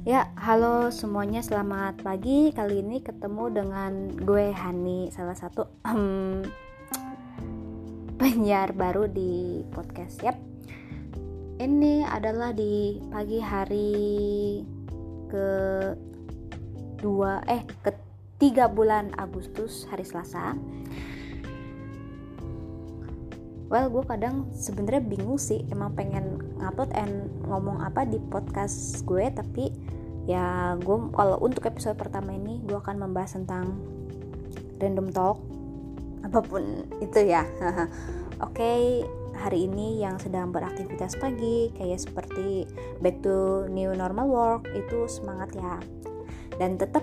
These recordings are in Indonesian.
Ya, halo semuanya, selamat pagi. Kali ini ketemu dengan gue Hani, salah satu penyiar baru di podcast. Yap. Ini adalah di pagi hari ketiga bulan Agustus, hari Selasa. Well, gue kadang sebenarnya bingung sih, emang pengen ngupload ngomong apa di podcast gue, tapi ya gue kalau untuk episode pertama ini gue akan membahas tentang random talk, apapun itu ya. Oke, hari ini yang sedang beraktivitas pagi kayak seperti back to new normal work, itu semangat ya, dan tetap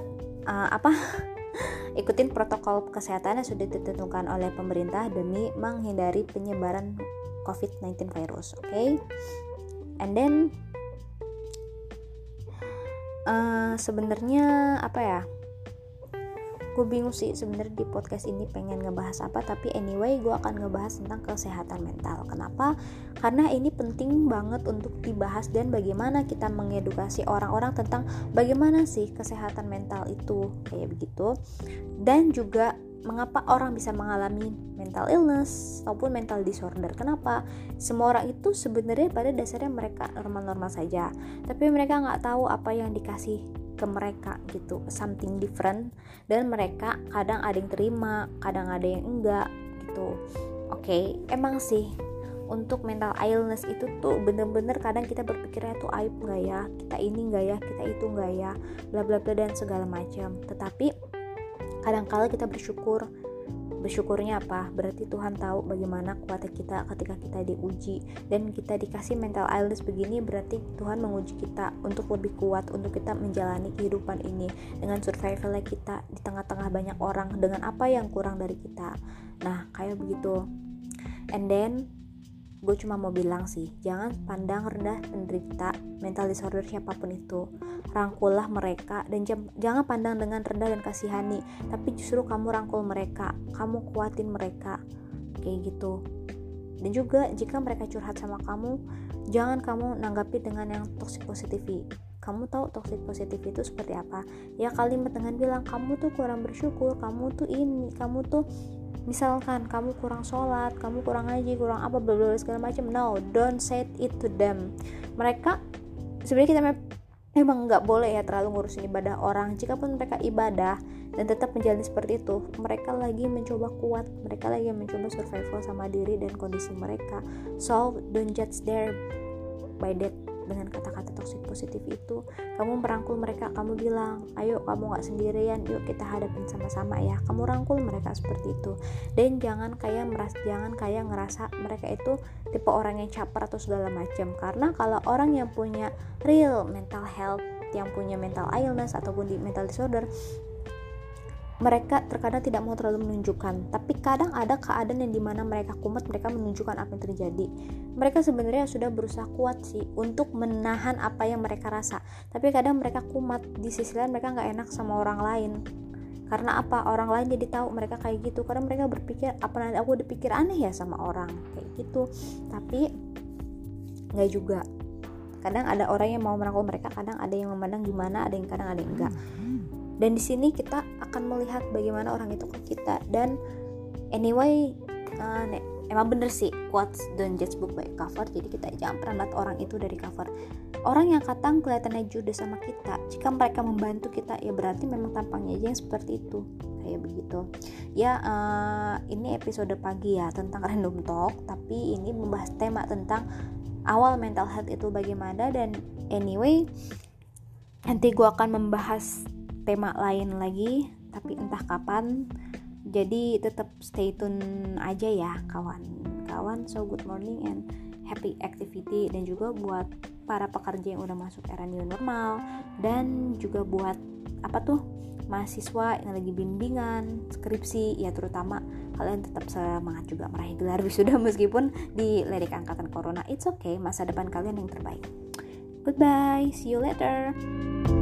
ikutin protokol kesehatan yang sudah ditentukan oleh pemerintah demi menghindari penyebaran COVID-19 virus. Okay? And then sebenarnya gue bingung sih sebenarnya di podcast ini pengen ngebahas apa, tapi anyway gue akan ngebahas tentang kesehatan mental. Kenapa? Karena ini penting banget untuk dibahas, dan bagaimana kita mengedukasi orang-orang tentang bagaimana sih kesehatan mental itu, kayak begitu. Dan juga mengapa orang bisa mengalami mental illness ataupun mental disorder. Kenapa? Semua orang itu sebenarnya pada dasarnya mereka normal-normal saja, tapi mereka nggak tahu apa yang dikasih ke mereka gitu, something different, dan mereka kadang ada yang terima, kadang ada yang enggak gitu. Oke, emang sih untuk mental illness itu tuh bener-bener kadang kita berpikirnya tuh aib nggak ya, kita ini nggak ya, kita itu nggak ya, bla bla bla dan segala macam. Tetapi kadang-kala kita bersyukurnya apa? Berarti Tuhan tahu bagaimana kuatnya kita ketika kita diuji, dan kita dikasih mental illness begini, berarti Tuhan menguji kita untuk lebih kuat, untuk kita menjalani kehidupan ini dengan survivalnya kita di tengah-tengah banyak orang dengan apa yang kurang dari kita. Nah, kayak begitu. And then gue cuma mau bilang sih, jangan pandang rendah penderita mental disorder siapapun itu. Rangkullah mereka, dan jangan pandang dengan rendah dan kasihani, tapi justru kamu rangkul mereka, kamu kuatin mereka, kayak gitu. Dan juga jika mereka curhat sama kamu, jangan kamu nanggapi dengan yang toxic positivity. Kamu tahu toxic positivity itu seperti apa? Ya, kalimat dengan bilang kamu tuh kurang bersyukur, kamu tuh ini, kamu tuh misalkan kamu kurang sholat, kamu kurang ngaji, kurang apa, bla bla segala macam. No, don't say it to them. Mereka sebenarnya kita memang nggak boleh ya terlalu ngurusin ibadah orang. Jikapun mereka ibadah dan tetap menjalani seperti itu, mereka lagi mencoba kuat, mereka lagi mencoba survival sama diri dan kondisi mereka. So don't judge them by that. Dengan kata-kata toxic positif itu, kamu merangkul mereka, kamu bilang, ayo kamu gak sendirian, yuk kita hadapin sama-sama ya. Kamu rangkul mereka seperti itu. Dan jangan kayak ngerasa mereka itu tipe orang yang caper atau segala macam. Karena kalau orang yang punya real mental health, yang punya mental illness ataupun di mental disorder, mereka terkadang tidak mau terlalu menunjukkan, tapi kadang ada keadaan yang dimana mereka kumat, mereka menunjukkan apa yang terjadi. Mereka sebenarnya sudah berusaha kuat sih untuk menahan apa yang mereka rasa, tapi kadang mereka kumat. Di sisi lain mereka gak enak sama orang lain. Karena apa? Orang lain jadi tahu mereka kayak gitu, karena mereka berpikir, apa nanti aku dipikir aneh ya sama orang, kayak gitu. Tapi gak juga. Kadang ada orang yang mau merangkul mereka, kadang ada yang memandang gimana, kadang ada yang enggak. Dan di sini kita akan melihat bagaimana orang itu ke kita. Dan anyway, emang bener sih quotes don't judge book by cover. Jadi kita jangan pernah lihat orang itu dari cover. Orang yang kadang kelihatannya judes sama kita, jika mereka membantu kita, ya berarti memang tampangnya aja yang seperti itu, kayak begitu ya. Ini episode pagi ya tentang random talk, tapi ini membahas tema tentang awal mental health itu bagaimana. Dan anyway, nanti gue akan membahas tema lain lagi, tapi entah kapan. Jadi tetap stay tune aja ya kawan-kawan. So good morning and happy activity. Dan juga buat para pekerja yang udah masuk era new normal, dan juga buat mahasiswa yang lagi bimbingan skripsi ya, terutama kalian tetap semangat juga meraih gelar wisuda meskipun di lirik angkatan corona. It's okay, masa depan kalian yang terbaik. Goodbye, see you later.